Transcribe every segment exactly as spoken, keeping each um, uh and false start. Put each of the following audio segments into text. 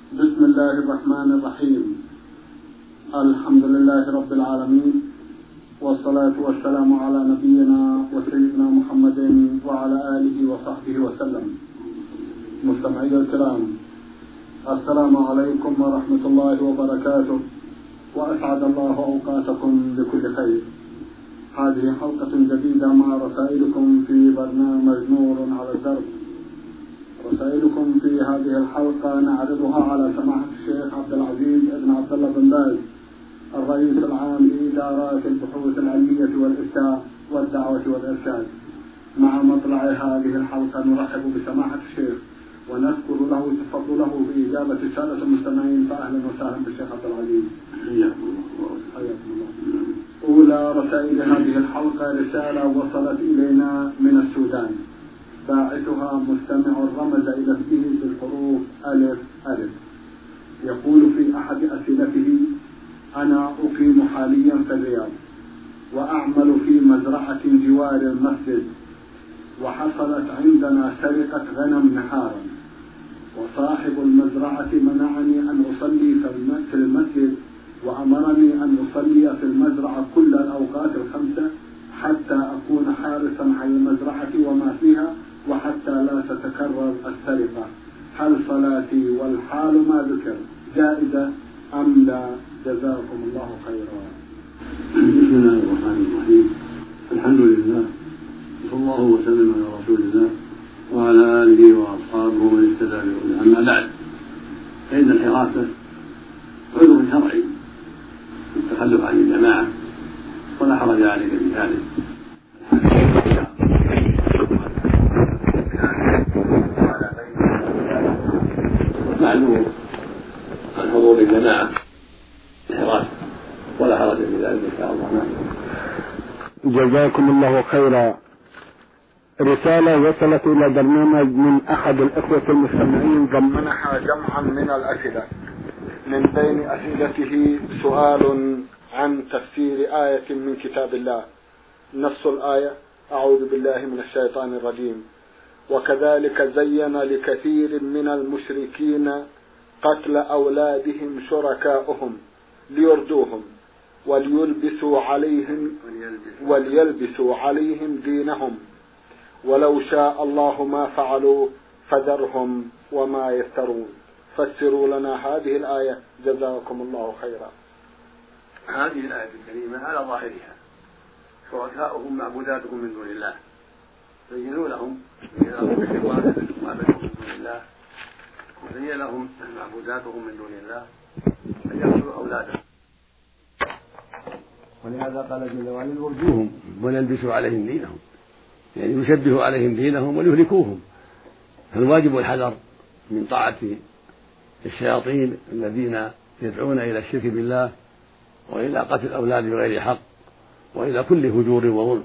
بسم الله الرحمن الرحيم. الحمد لله رب العالمين، والصلاة والسلام على نبينا وسيدنا محمد وعلى آله وصحبه وسلم. مستمعي الكرام، السلام عليكم ورحمة الله وبركاته، وأسعد الله أوقاتكم بكل خير. هذه حلقة جديدة مع رسائلكم في برنامج نور على الدرب. رسائلكم في هذه الحلقة نعرضها على سماحة الشيخ عبد العزيز بن عبد الله بن باز، الرئيس العام لإدارات البحوث العلمية والإفتاء والدعوة والإرشاد. مع مطلع هذه الحلقة نرحب بسماحة الشيخ ونذكر له تفضله بإجابة السادة المستمعين. فأهلا وسهلا بالشيخ عبد العزيز. حياكم الله. حياكم الله. أولى رسائل هذه الحلقة رسالة وصلت إلينا من السودان، باعثها مستمع رمز إلى اسمه بالحروف ألف ألف. يقول في أحد أسئلته: أنا أقيم حاليا في الرياض وأعمل في مزرعة جوار المسجد، وحصلت عندنا سرقة غنم نهارا، وصاحب المزرعة منعني أن أصلي في المسجد، وأمرني أن أصلي في المزرعة كل الأوقات الخمسة حتى أكون حارسا على المزرعة وما فيها، وحتى لا تتكرر السرقة. هل صلاتي والحال ما ذكر جائزة أم لا؟ جزاكم الله خيرا. بسم الله الرحمن الرحيم. الحمد لله، صلى الله وسلم على رسول الله وعلى آله وأصحابه ومن اهتدى بهداه. أما بعد، فإن الحراسة عذر شرعي في التخلف عن الجماعة، ولا حرج عليك في ذلك. معلوم عن حضور الجماعة الحراسة، ولا حرج في ذلك إن شاء الله. جزاكم الله خيرا. رسالة وصلت إلى برنامج من أحد الإخوة المستمعين ضمنها جمعا من الأسئلة. من بين أسئلته سؤال عن تفسير آية من كتاب الله. نص الآية: أعوذ بالله من الشيطان الرجيم: وكذلك زين لكثير من المشركين قتل أولادهم شركاؤهم ليردوهم وليلبسوا عليهم وليلبسوا عليهم دينهم ولو شاء الله ما فعلوا فذرهم وما يفترون. فسروا لنا هذه الآية جزاكم الله خيرا. هذه الآية الكريمة على ظاهرها شركاؤهم معبوداتهم من دون الله، زينوا لهم معبوداتهم من دون الله، وزين لهم معبوداتهم من دون الله أن يقتلوا أولادهم، ولهذا قال جل وعلا: يرجوهم وليلبسوا عليهم دينهم، يعني يشبهوا عليهم دينهم وليهلكوهم. فالواجب الحذر من طاعة الشياطين الذين يدعون إلى الشرك بالله وإلى قتل الأولاد بغير حق وإلى كل فجور وظلم.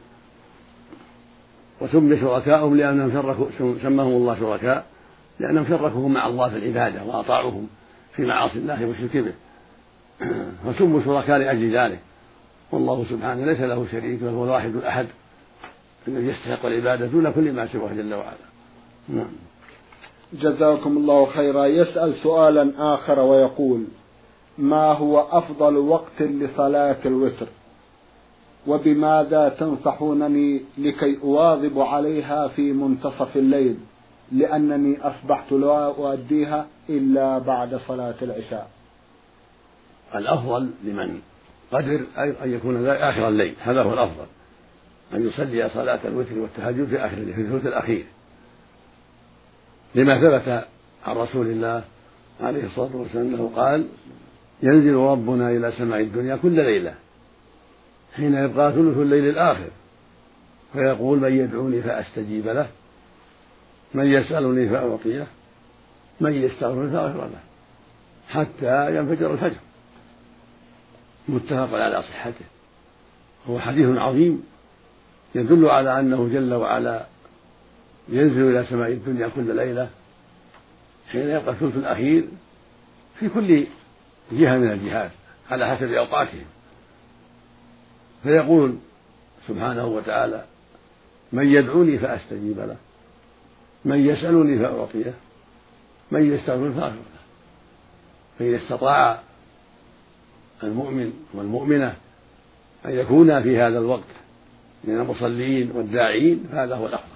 وسمي شركاءهم لأنهم شركوا، سماهم الله شركاء لأنهم شركوا مع الله في العبادة وأطاعوهم في معاصي الله والشرك به، فسموا شركاء لأجل ذلك. والله سبحانه ليس له شريك، وهو الواحد الأحد الذي يستحق العبادة دون كل ما سواه جل وعلا. نعم. جزاكم الله خيرا. يسأل سؤالا آخر ويقول: ما هو أفضل وقت لصلاة الوتر، وبماذا تنصحونني لكي أواظب عليها في منتصف الليل، لأنني أصبحت لا أؤديها إلا بعد صلاة العشاء؟ الأفضل لمن قدر أن يكون آخر الليل، هذا هو الأفضل، أن يصلي صلاة الوتر والتهجد في آخر الليل، في الثلث الأخير، لما ثبت عن رسول الله عليه الصلاة والسلام أنه قال: ينزل ربنا إلى سماء الدنيا كل ليلة حين يبقى ثلث الليل الآخر، فيقول: من يدعوني فأستجيب له، من يسألني فأعطيه، من يستغفر فأغفر له، حتى ينفجر الفجر. متفق على صحته. هو حديث عظيم يدل على أنه جل وعلا ينزل إلى سماء الدنيا كل ليلة حين يبقى الثلث الأخير في كل جهة من الجهات على حسب أوقاتهم، فيقول سبحانه وتعالى: من يدعوني فأستجيب له، من يسألني فأعطيه، من يستغفر فأغفر له. فإذا استطاع المؤمن والمؤمنة أن يكونا في هذا الوقت من المصلين والداعين فهذا هو الأفضل.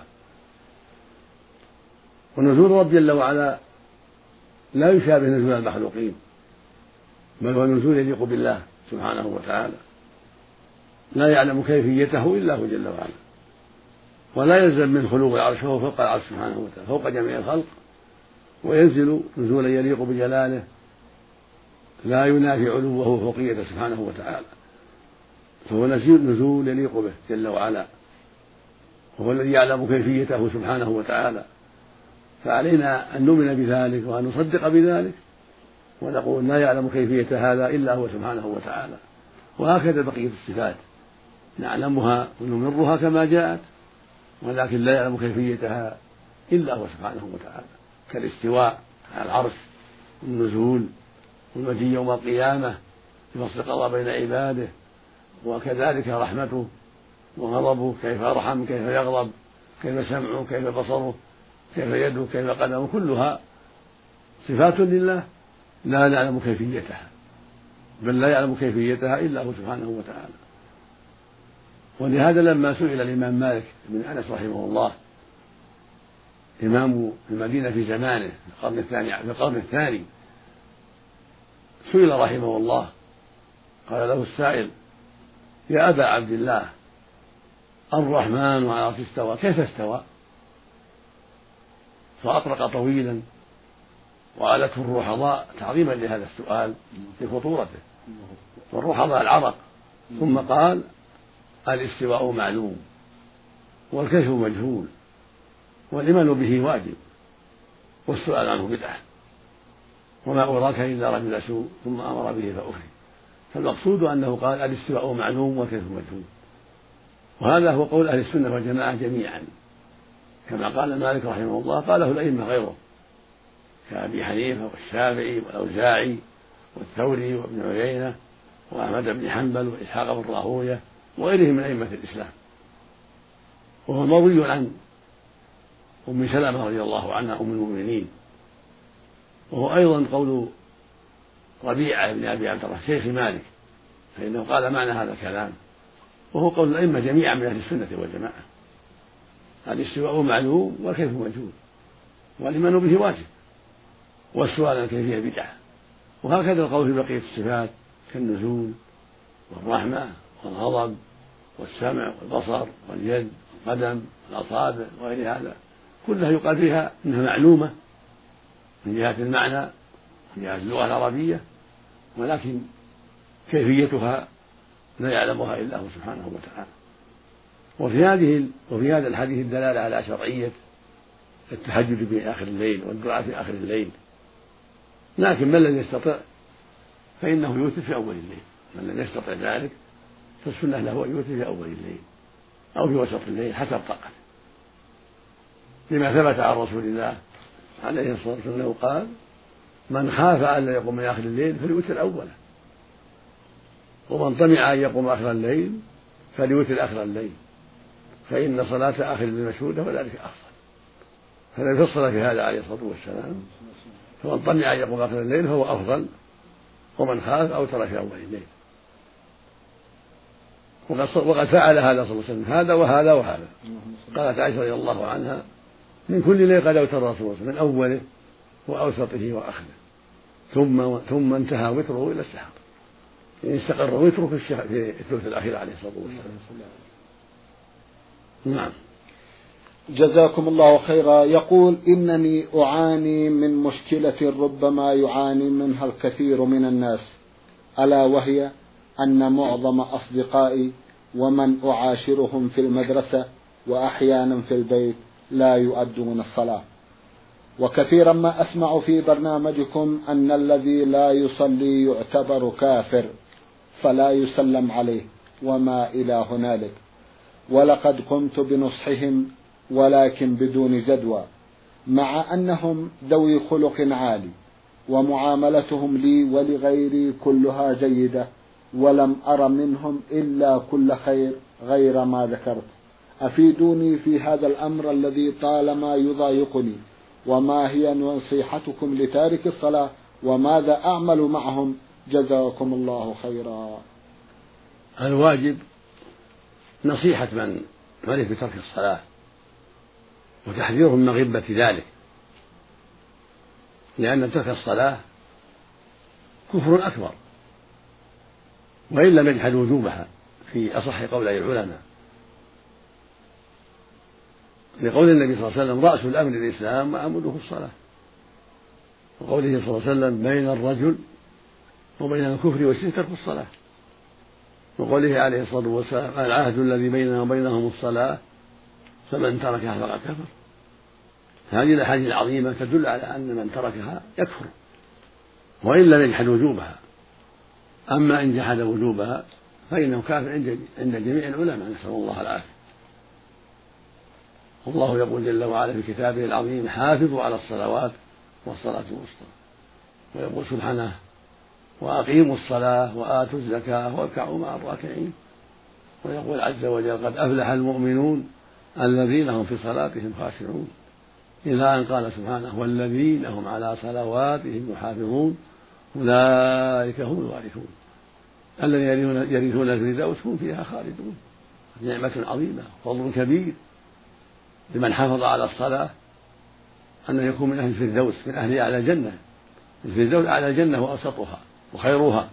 ونزول رب جل وعلا لا يشابه نزول المخلوقين، بل هو نزول يليق بالله سبحانه وتعالى، لا يعلم كيفيته إلا هو جل وعلا، ولا يلزم من خلو العرش، وهو فوق العرش سبحانه وتعالى فوق جميع الخلق، وينزل نزولا يليق بجلاله لا ينافي علوه وفوقيته سبحانه وتعالى، فهو نزول يليق به جل وعلا، وهو الذي يعلم كيفيته سبحانه وتعالى. فعلينا أن نؤمن بذلك وأن نصدق بذلك ونقول لا يعلم كيفية هذا إلا هو سبحانه وتعالى. وهكذا بقية الصفات نعلمها ونمرها كما جاءت، ولكن لا يعلم كيفيتها إلا هو سبحانه وتعالى، كالاستواء على العرش والنزول والمجيء يوم القيامة لفصل القضاء بين عباده، وكذلك رحمته وغضبه، كيف يرحم، كيف يغضب، كيف سمعه، كيف بصره، كيف يده، كيف قدمه، كلها صفات لله لا نعلم كيفيتها، بل لا يعلم كيفيتها إلا هو سبحانه وتعالى. ولهذا لما سئل الإمام مالك بن أنس رحمه الله إمام المدينة في زمانه في القرن الثاني في القرن الثاني سئل رحمه الله، قال له السائل: يا أبا عبد الله، الرحمن على العرش استوى، كيف استوى؟ فأطرق طويلا وآلته الرحضاء تعظيما لهذا السؤال لخطورته، والرحضاء العرق، ثم قال: الاستواء معلوم والكيف مجهول والإيمان به واجب والسؤال عنه بدعة وما أراك إلا رجل سوء ثم أمر به فأخرج. فالمقصود أنه قال الاستواء معلوم والكيف مجهول، وهذا هو قول أهل السنة والجماعة جميعا، كما قال مالك رحمه الله قاله الأئمة غيره كأبي حنيفة والشافعي والأوزاعي والثوري وابن عيينة وأحمد بن حنبل وإسحاق بن راهوية وغيرهم من أئمة الإسلام. وهو مروي عن أم سلمة رضي الله عنها أم المؤمنين، وهو أيضا قول ربيعة بن أبي عبد الله شيخ مالك، فإنه قال معنى هذا الكلام، وهو قول الأئمة جميعا من أهل السنة والجماعة: الاستواء معلوم والكيف مجهول والإيمان به واجب والسؤال عن الكيفية بدعة. وهكذا القول في بقية الصفات كالنزول والرحمة والغضب والسمع والبصر واليد والقدم والأصابع وغير هذا كلها يقال فيها إنها معلومة من جهة المعنى من جهة اللغة العربية، ولكن كيفيتها لا يعلمها إلا هو سبحانه وتعالى. وفي هذه وفي هذا الحديث الدلالة على شرعية التهجد في آخر الليل والدعاء في آخر الليل، لكن من لم يستطع فإنه يوتر في أول الليل، من لم يستطع ذلك فالسنة له أن يوتر في أول الليل أو في وسط الليل حسب طاقته، لما ثبت عن رسول الله عليه الصلاة والسلام أنه قال: من خاف ألا يقوم من آخر الليل فليوتر أوله، ومن طمع أن يقوم آخر الليل فليوتر آخر الليل، فإن صلاة آخر الليل مشهودة وذلك أفضل. فلم فصل في هذا عليه الصلاة والسلام، فمن طمع أن يقوم آخر الليل فهو أفضل، ومن خاف أوتر في أول الليل. وقد فعل هذا صلى الله عليه وسلم هذا وهذا وهذا. قالت عائشة رضي الله عنها: من كل ليل قد أوتر الرسول صلى الله عليه وسلم، من أوله وأوسطه وآخره، ثم ثم انتهى وتره إلى السحر، يعني استقر وتره في, في الثلث الأخير عليه الصلاة والسلام. نعم. جزاكم الله خيرا. يقول: إنني أعاني من مشكلة ربما يعاني منها الكثير من الناس، ألا وهي أن معظم أصدقائي ومن أعاشرهم في المدرسة وأحيانا في البيت لا يؤدون الصلاة، وكثيرا ما أسمع في برنامجكم أن الذي لا يصلي يعتبر كافر فلا يسلم عليه وما إلى هنالك، ولقد قمت بنصحهم ولكن بدون جدوى، مع أنهم ذوي خلق عالي ومعاملتهم لي ولغيري كلها جيدة، ولم أر منهم إلا كل خير غير ما ذكرت. أفيدوني في هذا الأمر الذي طالما يضايقني، وما هي نصيحتكم لتارك الصلاة وماذا أعمل معهم؟ جزاكم الله خيرا. الواجب نصيحة من عرف بترك الصلاة وتحذيرهم من غبة ذلك، لأن ترك الصلاة كفر أكبر وإن لم يجحد وجوبها في أصح قولي العلماء، لقول النبي صلى الله عليه وسلم: رأس الأمر الإسلام وعموده الصلاة، وقوله صلى الله عليه وسلم: بين الرجل وبين الكفر والشرك ترك الصلاة، وقوله عليه الصلاة والسلام: العهد الذي بيننا وبينهم الصلاة فمن تركها فقد كفر. هذه الأحاديث العظيمة تدل على أن من تركها يكفر وإن لم يجحد وجوبها، أما إن جحد وجوبها فإنه كافر عند جميع العلماء، نسأل الله العافية. الله يقول جل وعلا في كتابه العظيم: حافظوا على الصلوات والصلاة الوسطى، ويقول سبحانه: وأقيموا الصلاة وآتوا الزكاة واركعوا مع الراكعين، ويقول عز وجل: قد أفلح المؤمنون الذين هم في صلاتهم خاشعون، إلى أن قال سبحانه: والذين هم على صلواتهم يحافظون أولئك هم الوارثون الذين يرثون الفردوس هم فيها خالدون. نعمة عظيمة، فضل كبير لمن حافظ على الصلاة أنه يكون من أهل الفردوس، من أهل أعلى الجنة. الفردوس أعلى الجنة وأوسطها وخيرها،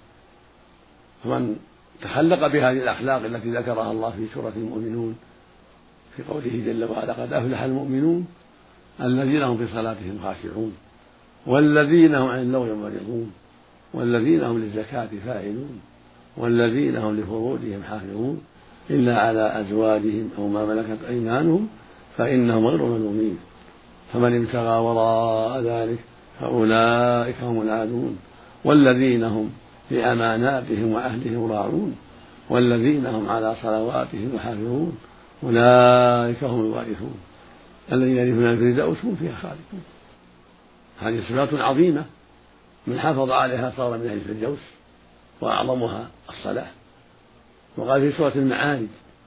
فمن تخلق بهذه الأخلاق التي ذكرها الله في سورة المؤمنون في قوله جل وعلا: قد أفلح المؤمنون الذين هم في صلاتهم خاشعون والذين هم عن اللغو معرضون والذين هم للزكاة فاعلون والذين هم لفروجهم حافظون إلا على أزواجهم أو ما ملكت أيمانهم فإنهم غير ملومين، فمن ابتغى وراء ذلك فأولئك هم العادون والذين هم لأماناتهم وعهدهم راعون والذين هم على صلواتهم يحافظون أولئك هم الوارثون الذين يرثون الفردوس هم فيها خالدون. هذه صفات عظيمة، من حافظ عليها صار من أهل الفردوس، وأعظمها الصلاة. وقال في سورة المعارج: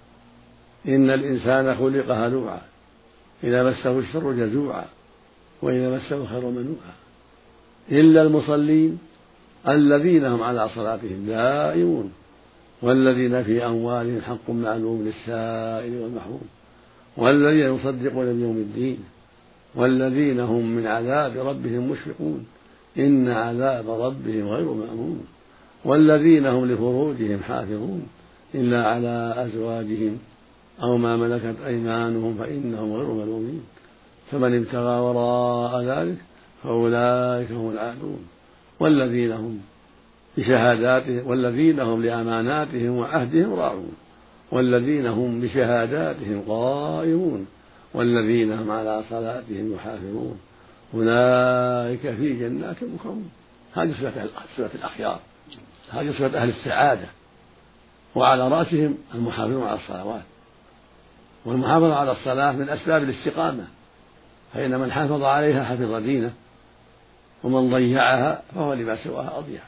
إن الإنسان خلق هلوعا إذا مسه الشر جزوعا وإذا مسه الخير منوعا إلا المصلين الذين هم على صلاتهم دائمون والذين في أموالهم حق معلوم للسائل والمحروم والذين يصدقون بيوم الدين والذين هم من عذاب ربهم مشفقون إن عذاب ربهم غير مأمون والذين هم لفروجهم حافظون إلا على أزواجهم أو ما ملكت أيمانهم فإنهم غير ملومين، فمن ابتغى وراء ذلك فأولئك هم العادون والذين هم بشهاداتهم والذين هم لأماناتهم وعهدهم راعون والذين هم بشهاداتهم قائمون والذين هم على صلاتهم يحافظون أولئك في جنات مكرمون. هذه صفة الأخيار، هذه صفة أهل السعادة، وعلى رأسهم المحافظون على الصلوات. والمحافظة على الصلاة من أسباب الاستقامة، فإن من حافظ عليها حفظ دينه ومن ضيعها فهو لما سواها أضيع.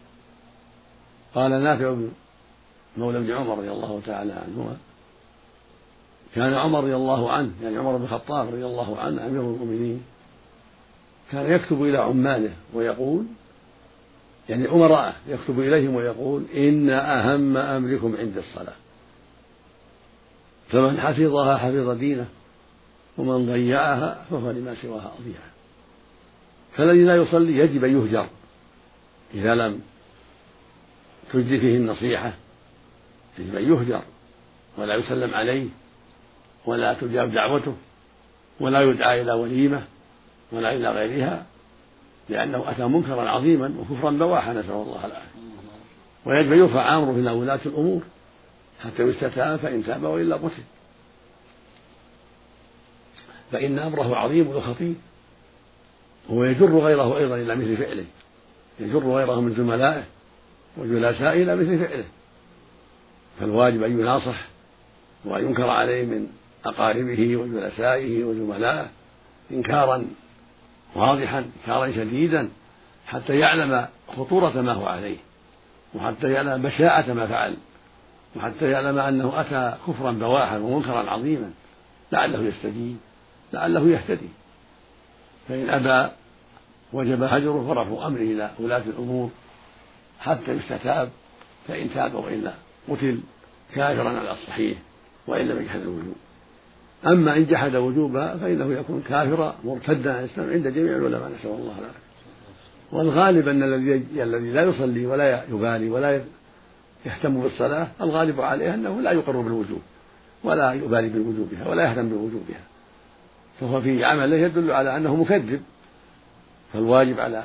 قال نافع مولى ابن عمر رضي الله تعالى عنهما: كان عمر رضي الله عنه يعني عمر بن الخطاب رضي الله عنه أمير المؤمنين كان يكتب إلى عماله ويقول يعني أمراءه يكتب إليهم ويقول: إن أهم أمركم عند الصلاة، فمن حفظها حفظ دينه ومن ضيعها فهو لما سواها أضيع. فالذي لا يصلي يجب أن يهجر إذا لم تجد فيه النصيحة، يجب أن يهجر ولا يسلم عليه ولا تجاب دعوته ولا يدعى إلى وليمة ولا إلى غيرها، لأنه أتى منكرا عظيما وكفرا بواحا، نسأل الله العافية. ويجب أن يرفع أمره إلى ولاة الأمور حتى يستتاب، فإن تاب وإلا قتل، فإن أمره عظيم وخطير، وهو يجر غيره أيضا إلى مثل فعله، يجر غيره من زملائه وجلسائه إلى مثل فعله. فالواجب أن يناصح وأن ينكر عليه من أقاربه وجلسائه وزملائه إنكارا واضحا إنكارا شديدا حتى يعلم خطورة ما هو عليه، وحتى يعلم بشاعة ما فعل، وحتى يعلم أنه أتى كفرا بواحا ومنكرا عظيما، لعله يستجيب لعله يهتدي. فإن أبى وجب هجره ورفع أمره إلى ولاة الأمور حتى يستتاب، فإن تاب وإلا قتل كافرا على الصحيح وإن لم يجحد الوجوب. أما إن جحد وجوبها فإنه يكون كافرا مرتدا عن الإسلام عند جميع العلماء، نسأل الله العافية. والغالب أن الذي الذي لا يصلي ولا يبالي ولا يهتم بالصلاة الغالب عليه أنه لا يقر بالوجوب ولا يبالي بوجوبها ولا يهتم بوجوبها، فهو في عمله يدل على أنه مكذب. فالواجب على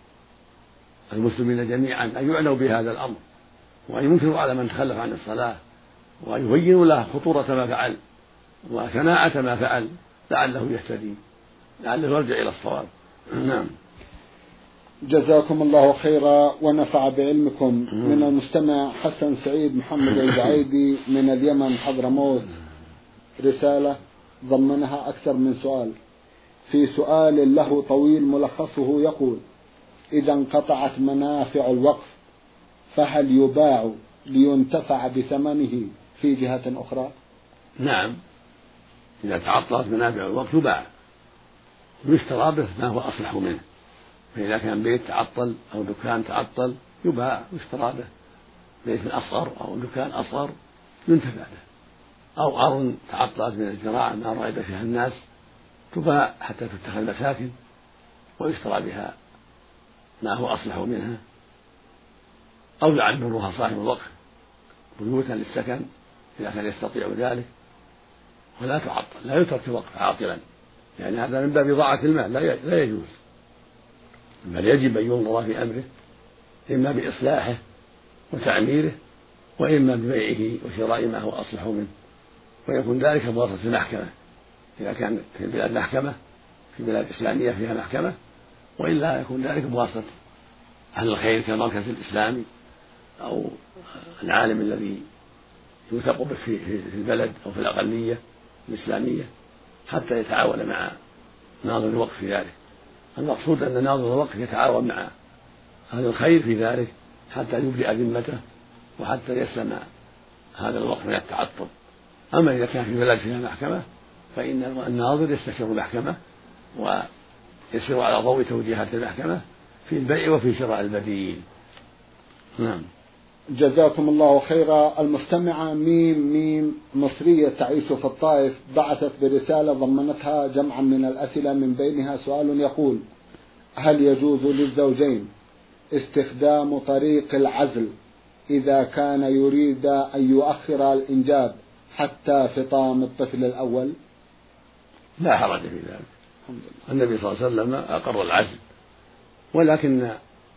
المسلمين جميعا أن يعنوا بهذا الأمر وأن ينكروا على من تخلف عن الصلاة وأن يبينوا له خطورة ما فعل وشناعة ما فعل لعله يهتدي، لعله يرجع إلى الصواب. نعم. جزاكم الله خيرا ونفع بعلمكم. من المستمع حسن سعيد محمد الجعيدي من اليمن حضرموت رسالة ضمنها أكثر من سؤال. في سؤال له طويل ملخصه يقول: إذا انقطعت منافع الوقف فهل يباع لينتفع بثمنه في جهة أخرى؟ نعم، إذا تعطلت منافع الوقف يباع ويشترى به ما هو أصلح منه. فإذا كان بيت تعطل أو دكان تعطل يباع ويشترى به بيت أصغر أو دكان أصغر ينتفع به، أو أرض تعطلت من الزراعة ما رغب فيها الناس تباع حتى تتخذ مساكن ويشترى بها ما هو أصلح منها، أو يعبرها صاحب الوقف بيوتا للسكن إذا كان يستطيع ذلك، ولا تعطل، لا يترك الوقف عاطلا، يعني هذا من باب إضاعة المال لا يجوز، بل يجب أن ينظر في أمره إما بإصلاحه وتعميره وإما ببيعه وشراء ما هو أصلح منه، ويكون ذلك بواسطة المحكمة إذا كان في البلاد محكمة في البلاد الإسلامية فيها محكمة، وإلا يكون ذلك بواسطة أهل الخير كالمركز الإسلامي أو العالم الذي يوثق به في البلد أو في الأقلية الإسلامية حتى يتعاون مع ناظر الوقف في ذلك. المقصود أن ناظر الوقف يتعاون مع أهل الخير في ذلك حتى يبرئ ذمته وحتى يسلم هذا الوقف من التعطل. أما إذا كان في بلد فيها محكمة فإن الناظر يستشير المحكمة ويسير على ضوء توجيهات المحكمة في البيع وفي شراء البديل. نعم. جزاكم الله خيرا. المستمعة ميم ميم مصرية تعيش في الطائف بعثت برسالة ضمنتها جمعا من الأسئلة من بينها سؤال يقول: هل يجوز للزوجين استخدام طريق العزل إذا كان يريد أن يؤخر الإنجاب حتى فطام الطفل الأول؟ لا حرج في ذلك، النبي صلى الله عليه وسلم أقر العزل، ولكن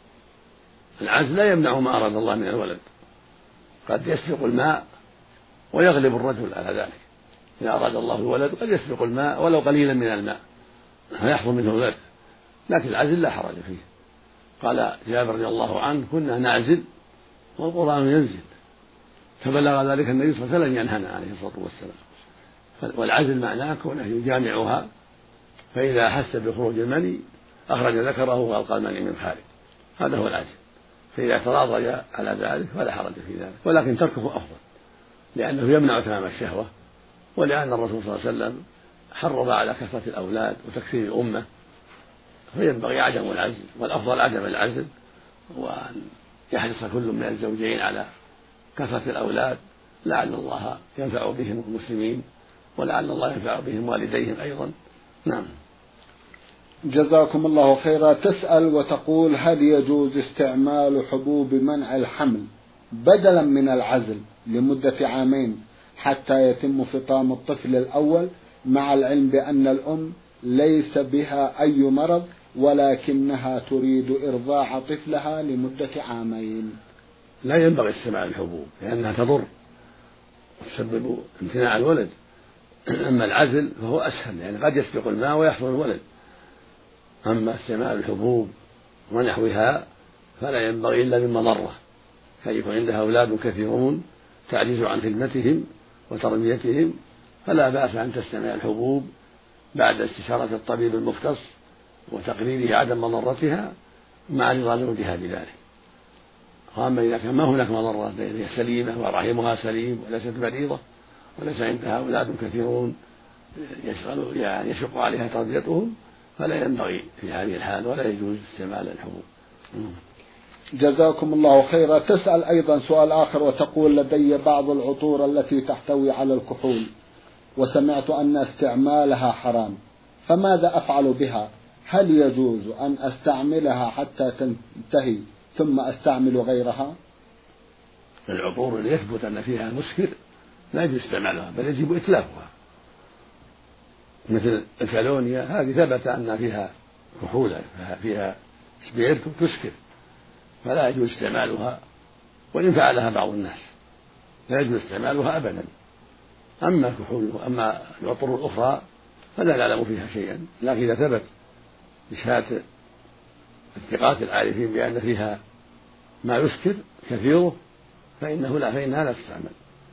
العزل لا يمنع ما أراد الله من الولد، قد يسبق الماء ويغلب الرجل على ذلك، إذا أراد الله الولد قد يسبق الماء ولو قليلا من الماء فيحصل منه الولد، لكن العزل لا حرج فيه. قال جابر رضي الله عنه: كنا نعزل والقرآن ينزل، فبلغ ذلك النبي صلى الله عليه وسلم ينهانا عليه الصلاة والسلام. والعزل معناه كونه يجامعها، فإذا أحس بخروج المني أخرج ذكره وألقى المني من خارج، هذا هو العزل. فإذا تراضي على ذلك فلا حرج في ذلك، ولكن تركه أفضل لأنه يمنع تمام الشهوة، ولأن الرسول صلى الله عليه وسلم حرض على كثرة الأولاد وتكثير الأمة، فينبغي عدم العزل، والأفضل عدم العزل، وأن يحرص كل من الزوجين على كثرة الأولاد لعل الله ينفع بهم المسلمين ولعل الله ينفع بهم والديهم أيضا. نعم. جزاكم الله خيرا. تسأل وتقول: هل يجوز استعمال حبوب منع الحمل بدلا من العزل لمدة عامين حتى يتم فطام الطفل الأول، مع العلم بأن الأم ليس بها أي مرض ولكنها تريد إرضاع طفلها لمدة عامين؟ لا ينبغي استعمال الحبوب لأنها تضر وتسبب امتناع الولد، أما العزل فهو أسهل يعني قد يسبق الماء ويحصل الولد. أما استعمال الحبوب ونحوها فلا ينبغي إلا من مضرة، كي يكون عندها أولاد كثيرون تعجز عن خدمتهم وتربيتهم، فلا بأس أن تستعمل الحبوب بعد استشارة الطبيب المختص وتقريره عدم مضرتها مع رضا زوجها بذلك. وأما إذا كان ما هناك مضرة، هي سليمة ورحمها سليم وليست مريضة وليس عندها أولاد كثيرون يشغل يعني يشق عليها تربيتهم، فلا ينبغي في هذه الحال ولا يجوز استعمال الحبوب. جزاكم الله خيرا. تسأل أيضا سؤال آخر وتقول: لدي بعض العطور التي تحتوي على الكحول وسمعت أن استعمالها حرام، فماذا أفعل بها؟ هل يجوز أن أستعملها حتى تنتهي ثم أستعمل غيرها؟ العطور اللي يثبت أن فيها مسكر لا يجوز استعمالها، بل يجب إتلافها، مثل الكالونيا هذه ثبت أن فيها كحولا، فيها سبيرت تسكر، فلا يجوز استعمالها وإن فعلها بعض الناس، لا يجوز استعمالها أبدا. أما الكحول أما العطور الأخرى فلا نعلم فيها شيئا، لكن إذا ثبت بشهادة الثقات العارفين بأن فيها ما يسكر كثيره فإنه لا فإنها لا تستعمل.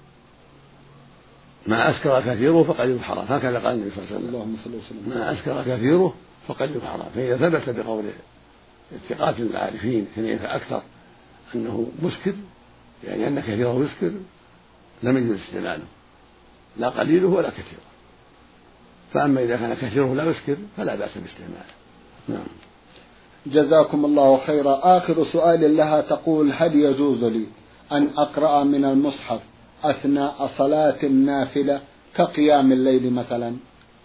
ما أسكر كثيره فقليله حرام، هكذا قال النبي صلى الله عليه وسلم: ما أسكر كثيره فقليله حرام. فإذا ثبت بقول الثقات العارفين اثنين فأكثر أنه مسكر، يعني أن كثيره يسكر، لم يجوز استعماله لا قليله ولا كثيره. فأما إذا كان كثيره لا يسكر فلا بأس باستعماله. نعم. جزاكم الله خيرا. آخر سؤال لها تقول: هل يجوز لي أن أقرأ من المصحف أثناء صلاة النافلة كقيام الليل مثلا؟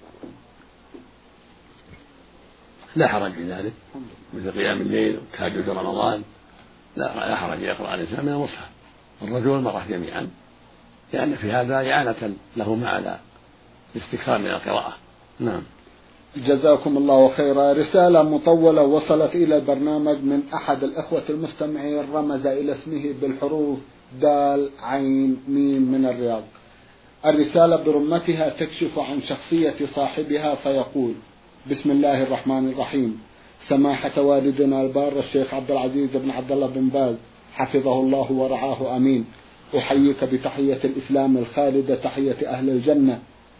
لا حرج في ذلك، مثل قيام الليل وتهجد رمضان، لا لا حرج يقرأ الإنسان من المصحف، الرجل والمرأة جميعا، لأن في هذا إعانة لهما على الاستكثار من القراءة. نعم. جزاكم الله خيرا. رسالة مطولة وصلت إلى البرنامج من أحد الأخوة المستمعين، رمز إلى اسمه بالحروف دال عين ميم من الرياض. الرسالة برمتها تكشف عن شخصية صاحبها فيقول: بسم الله الرحمن الرحيم. سماحة والدنا البار الشيخ عبد العزيز بن عبد الله بن باز حفظه الله ورعاه آمين، أحييك بتحية الإسلام الخالدة، تحية أهل الجنة.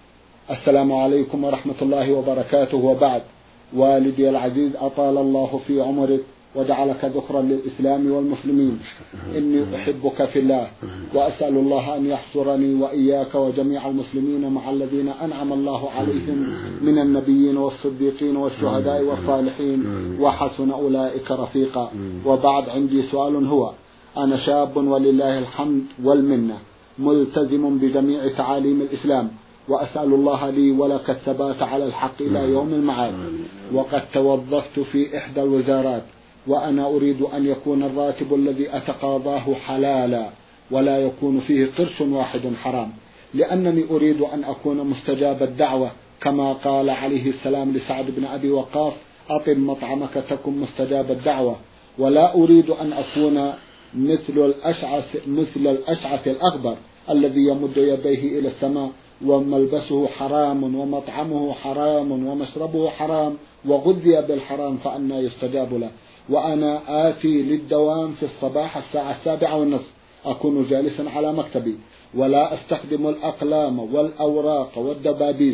السلام عليكم ورحمة الله وبركاته. وبعد، والدي العزيز أطال الله في عمرك وجعلك ذخرا للإسلام والمسلمين، إني أحبك في الله، وأسأل الله أن يحشرني وإياك وجميع المسلمين مع الذين أنعم الله عليهم من النبيين والصديقين والشهداء والصالحين وحسن أولئك رفيقا. وبعد، عندي سؤال هو: أنا شاب ولله الحمد والمنة ملتزم بجميع تعاليم الإسلام، وأسأل الله لي ولك الثبات على الحق إلى يوم المعاد، وقد توظفت في إحدى الوزارات، وأنا أريد أن يكون الراتب الذي أتقاضاه حلالا ولا يكون فيه قرش واحد حرام، لأنني أريد أن أكون مستجاب الدعوة، كما قال عليه السلام لسعد بن أبي وقاص: أطب مطعمك تكن مستجاب الدعوة. ولا أريد أن أكون مثل الأشعث مثل الأشعث الأغبر الذي يمد يديه إلى السماء وملبسه حرام ومطعمه حرام ومشربه حرام وغذي بالحرام، فأنا يستجاب له. وأنا آتي للدوام في الصباح الساعة السابعة والنصف، أكون جالسا على مكتبي، ولا أستخدم الأقلام والأوراق والدبابيس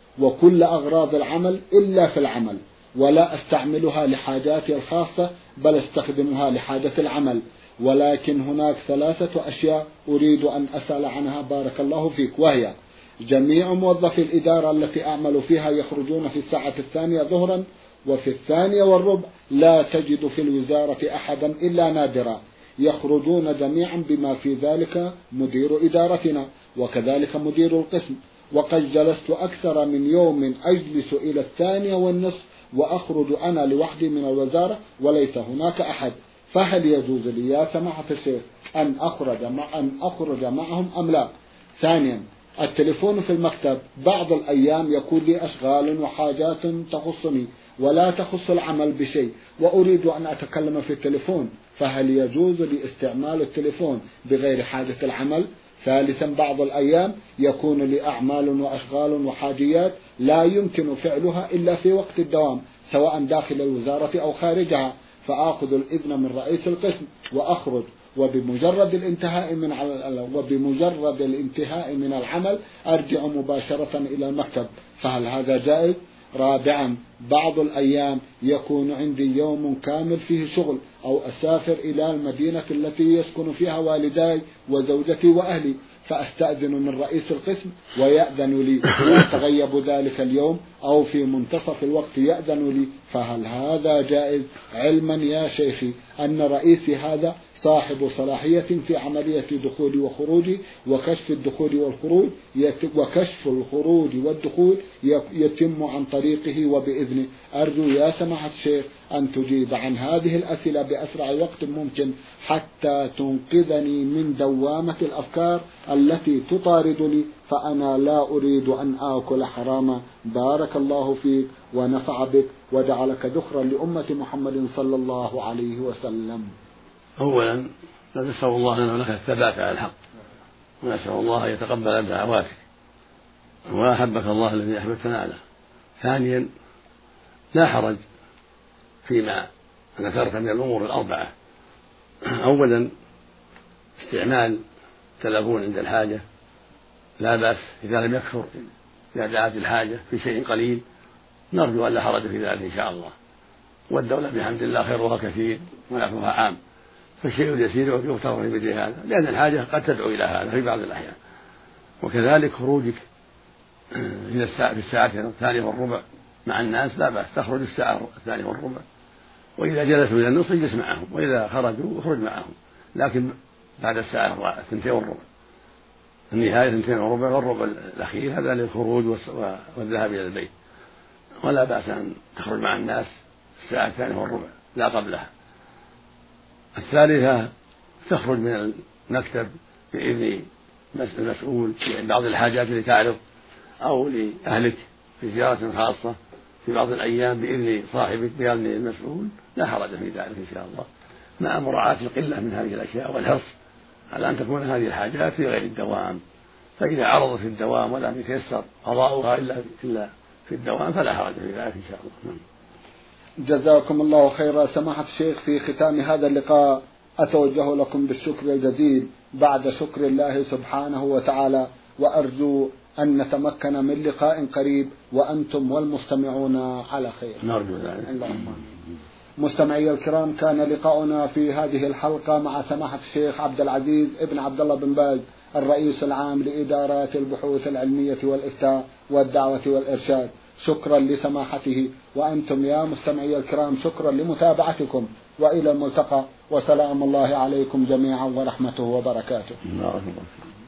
وكل أغراض العمل إلا في العمل، ولا أستعملها لحاجاتي الخاصة، بل استخدمها لحاجة العمل. ولكن هناك ثلاثة أشياء أريد أن أسأل عنها بارك الله فيك، وهي: جميع موظفي الإدارة التي أعمل فيها يخرجون في الساعة الثانية ظهرا، وفي الثانية والربع لا تجد في الوزارة أحدا إلا نادرا، يخرجون جميعا، بما في ذلك مدير إدارتنا وكذلك مدير القسم. وقد جلست أكثر من يوم أجلس إلى الثانية والنصف وأخرج أنا لوحدي من الوزارة وليس هناك أحد، فهل يجوز لي يا سماحة الشيخ أن أخرج مع أن أخرج معهم أم لا؟ ثانيا، التليفون في المكتب بعض الأيام يكون لي أشغال وحاجات تخصني ولا تخص العمل بشيء، وأريد أن أتكلم في التليفون، فهل يجوز لي استعمال التليفون بغير حاجة العمل؟ ثالثا، بعض الأيام يكون لي أعمال وأشغال وحاجيات لا يمكن فعلها إلا في وقت الدوام، سواء داخل الوزارة أو خارجها، فآخذ الإذن من رئيس القسم وأخرج، وبمجرد الانتهاء من وبمجرد الانتهاء من العمل أرجع مباشرة إلى المكتب، فهل هذا جائز؟ رابعا، بعض الأيام يكون عندي يوم كامل فيه شغل، أو أسافر إلى المدينة التي يسكن فيها والداي وزوجتي وأهلي، فأستأذن من رئيس القسم ويأذن لي، وأتغيب ذلك اليوم أو في منتصف الوقت يأذن لي، فهل هذا جائز؟ علما يا شيخي أن رئيسي هذا صاحب صلاحية في عملية دخولي وخروجي وكشف الدخول والخروج، وكشف الخروج والدخول يتم عن طريقه وبإذنه. أرجو يا سماحة الشيخ أن تجيب عن هذه الأسئلة بأسرع وقت ممكن حتى تنقذني من دوامة الأفكار التي تطاردني، فأنا لا أريد أن آكل حراما. بارك الله فيك ونفع بك وجعلك ذخرا لأمة محمد صلى الله عليه وسلم. أولا نسأل الله لنا ولك الثبات على الحق، ونسأل الله أن يتقبل دعواتك وأحبك الله الذي أحببتنا له. ثانيا لا حرج فيما ذكرت من الأمور الأربعة. أولا استعمال تلفون عند الحاجة لا بأس إذا لم يكثر، إذا دعت الحاجة في شيء قليل نرجو أن لا حرج في ذلك إن شاء الله، والدولة بحمد الله خيرها كثير ونفعها عام، فالشيء اليسير يغتر في مثل هذا، لأن الحاجة قد تدعو إلى هذا في بعض الأحيان. وكذلك خروجك في الساعة في الساعة الثانية والربع مع الناس لا بأس، تخرج الساعة الثانية والربع، وإذا جلسوا إلى النصف اجلس معهم، وإذا خرجوا اخرج معهم، لكن بعد الساعة الثنتين والربع، النهاية الثنتين والربع والربع الأخير هذا للخروج والذهاب إلى البيت، ولا بأس أن تخرج مع الناس الساعة الثانية والربع لا قبلها. الثالثة تخرج من المكتب بإذن المسؤول في بعض الحاجات التي تعرض، أو لأهلك في زيارة خاصة في بعض الأيام بإذن صاحبك بإذن المسؤول، لا حرج في ذلك إن شاء الله، مع مراعاة القلة من هذه الأشياء والحرص على أن تكون هذه الحاجات في غير الدوام، فإذا عرضت في الدوام ولم يتيسر قضاؤها إلا إلا في الدوام فلا حرج في ذلك إن شاء الله. جزاكم الله خيرا سماحة الشيخ. في ختام هذا اللقاء أتوجه لكم بالشكر الجزيل بعد شكر الله سبحانه وتعالى، وأرجو أن نتمكن من لقاء قريب وأنتم والمستمعون على خير. نرجو ذلك. اللهم مستمعي الكرام، كان لقاؤنا في هذه الحلقة مع سماحة الشيخ عبد العزيز ابن عبد الله بن باز الرئيس العام لإدارات البحوث العلمية والإفتاء والدعوة والإرشاد. شكرا لسماحته، وأنتم يا مستمعي الكرام شكرا لمتابعتكم، وإلى الملتقى، وسلام الله عليكم جميعا ورحمته وبركاته.